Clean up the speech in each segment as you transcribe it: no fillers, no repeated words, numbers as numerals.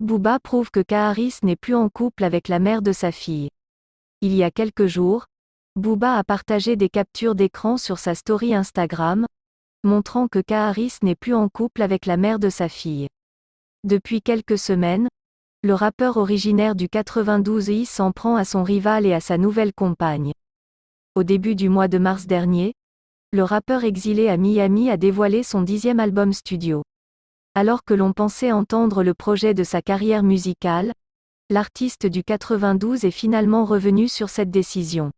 Booba prouve que Kaaris n'est plus en couple avec la mère de sa fille. Il y a quelques jours, Booba a partagé des captures d'écran sur sa story Instagram, montrant que Kaaris n'est plus en couple avec la mère de sa fille. Depuis quelques semaines, le rappeur originaire du 92 s'en prend à son rival et à sa nouvelle compagne. Au début du mois de mars dernier, le rappeur exilé à Miami a dévoilé son 10e album studio. Alors que l'on pensait entendre le projet de sa carrière musicale, l'artiste du 92 est finalement revenu sur cette décision.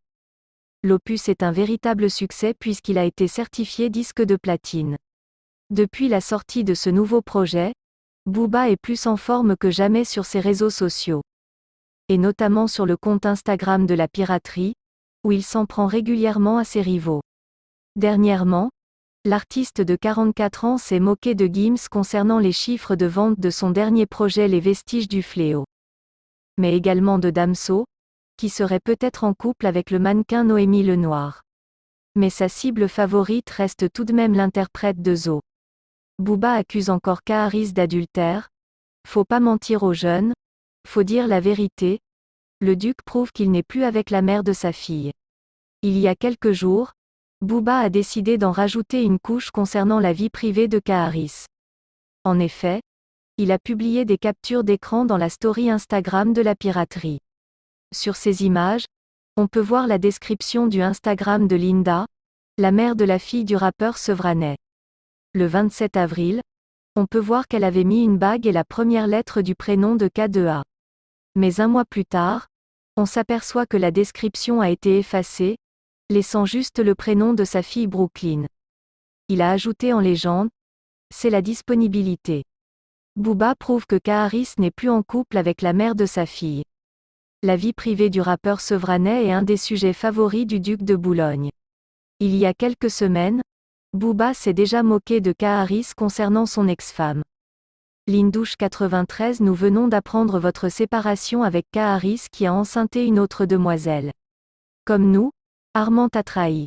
L'opus est un véritable succès puisqu'il a été certifié disque de platine. Depuis la sortie de ce nouveau projet, Booba est plus en forme que jamais sur ses réseaux sociaux. Et notamment sur le compte Instagram de la piraterie, où il s'en prend régulièrement à ses rivaux. Dernièrement, l'artiste de 44 ans s'est moqué de Gims concernant les chiffres de vente de son dernier projet Les Vestiges du Fléau. Mais également de Damso, qui serait peut-être en couple avec le mannequin Noémie Lenoir. Mais sa cible favorite reste tout de même l'interprète de Zo. Booba accuse encore Kaaris d'adultère. Faut pas mentir aux jeunes, faut dire la vérité. Le duc prouve qu'il n'est plus avec la mère de sa fille. Il y a quelques jours, Booba a décidé d'en rajouter une couche concernant la vie privée de Kaaris. En effet, il a publié des captures d'écran dans la story Instagram de la piraterie. Sur ces images, on peut voir la description du Instagram de Linda, la mère de la fille du rappeur Sevranais. Le 27 avril, on peut voir qu'elle avait mis une bague et la première lettre du prénom de K2A. Mais un mois plus tard, on s'aperçoit que la description a été effacée, laissant juste le prénom de sa fille Brooklyn. Il a ajouté en légende, c'est la disponibilité. Booba prouve que Kaaris n'est plus en couple avec la mère de sa fille. La vie privée du rappeur Sevranais est un des sujets favoris du duc de Boulogne. Il y a quelques semaines, Booba s'est déjà moqué de Kaaris concernant son ex-femme. Lindouche 93 Nous venons d'apprendre votre séparation avec Kaaris qui a enceinté une autre demoiselle. Comme nous, Armand t'a trahi.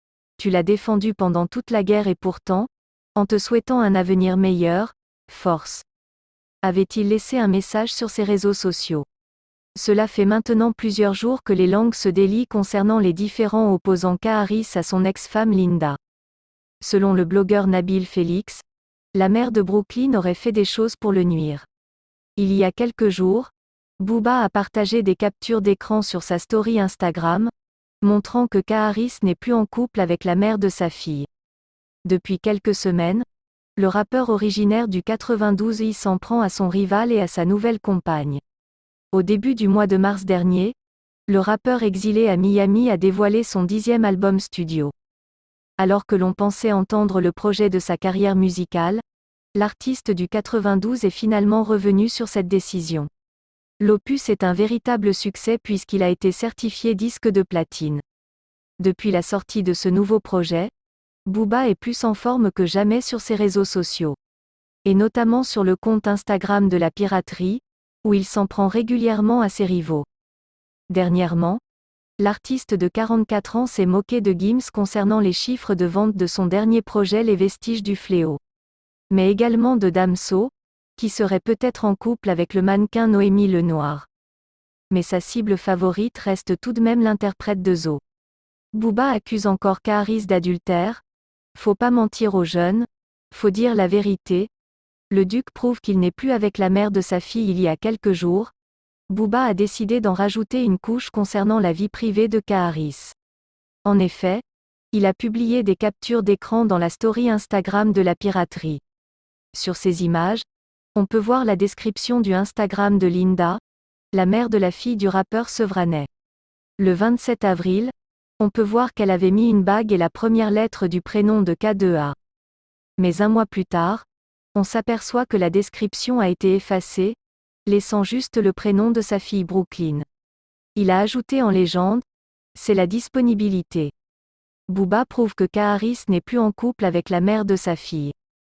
Tu l'as défendu pendant toute la guerre et pourtant, en te souhaitant un avenir meilleur, force. Avait-il laissé un message sur ses réseaux sociaux. Cela fait maintenant plusieurs jours que les langues se délient concernant les différends opposant Kaaris à son ex-femme Linda. Selon le blogueur Nabil Félix, la mère de Brooklyn aurait fait des choses pour le nuire. Il y a quelques jours, Booba a partagé des captures d'écran sur sa story Instagram, montrant que Kaaris n'est plus en couple avec la mère de sa fille. Depuis quelques semaines, le rappeur originaire du 92 s'en prend à son rival et à sa nouvelle compagne. Au début du mois de mars dernier, le rappeur exilé à Miami a dévoilé son 10e album studio. Alors que l'on pensait entendre le projet de sa carrière musicale, l'artiste du 92 est finalement revenu sur cette décision. L'opus est un véritable succès puisqu'il a été certifié disque de platine. Depuis la sortie de ce nouveau projet, Booba est plus en forme que jamais sur ses réseaux sociaux. Et notamment sur le compte Instagram de la piraterie, où il s'en prend régulièrement à ses rivaux. Dernièrement, l'artiste de 44 ans s'est moqué de Gims concernant les chiffres de vente de son dernier projet Les Vestiges du Fléau. Mais également de Damso, qui serait peut-être en couple avec le mannequin Noémie Lenoir. Mais sa cible favorite reste tout de même l'interprète de Zo. Booba accuse encore Kaaris d'adultère. Faut pas mentir aux jeunes, faut dire la vérité. Le duc prouve qu'il n'est plus avec la mère de sa fille il y a quelques jours. Booba a décidé d'en rajouter une couche concernant la vie privée de Kaaris. En effet, il a publié des captures d'écran dans la story Instagram de la piraterie. Sur ces images, on peut voir la description du Instagram de Linda, la mère de la fille du rappeur Sevranais. Le 27 avril, on peut voir qu'elle avait mis une bague et la première lettre du prénom de K2A. Mais un mois plus tard, on s'aperçoit que la description a été effacée, laissant juste le prénom de sa fille Brooklyn. Il a ajouté en légende, c'est la disponibilité. Booba prouve que Kaaris n'est plus en couple avec la mère de sa fille.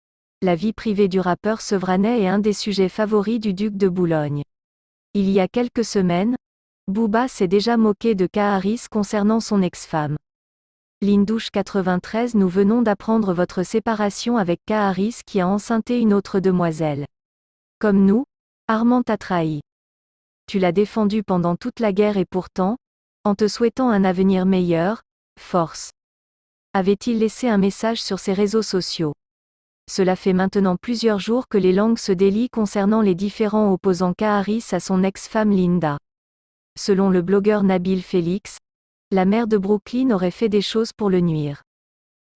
La vie privée du rappeur Sevranais est un des sujets favoris du duc de Boulogne. Il y a quelques semaines, Booba s'est déjà moqué de Kaaris concernant son ex-femme. Lindouche 93 Nous venons d'apprendre votre séparation avec Kaaris qui a enceinté une autre demoiselle. Comme nous, Armand t'a trahi. Tu l'as défendu pendant toute la guerre et pourtant, en te souhaitant un avenir meilleur, force. Avait-il laissé un message sur ses réseaux sociaux? Cela fait maintenant plusieurs jours que les langues se délient concernant les différends opposant K-Harris à son ex-femme Linda. Selon le blogueur Nabil Félix, la maire de Brooklyn aurait fait des choses pour le nuire.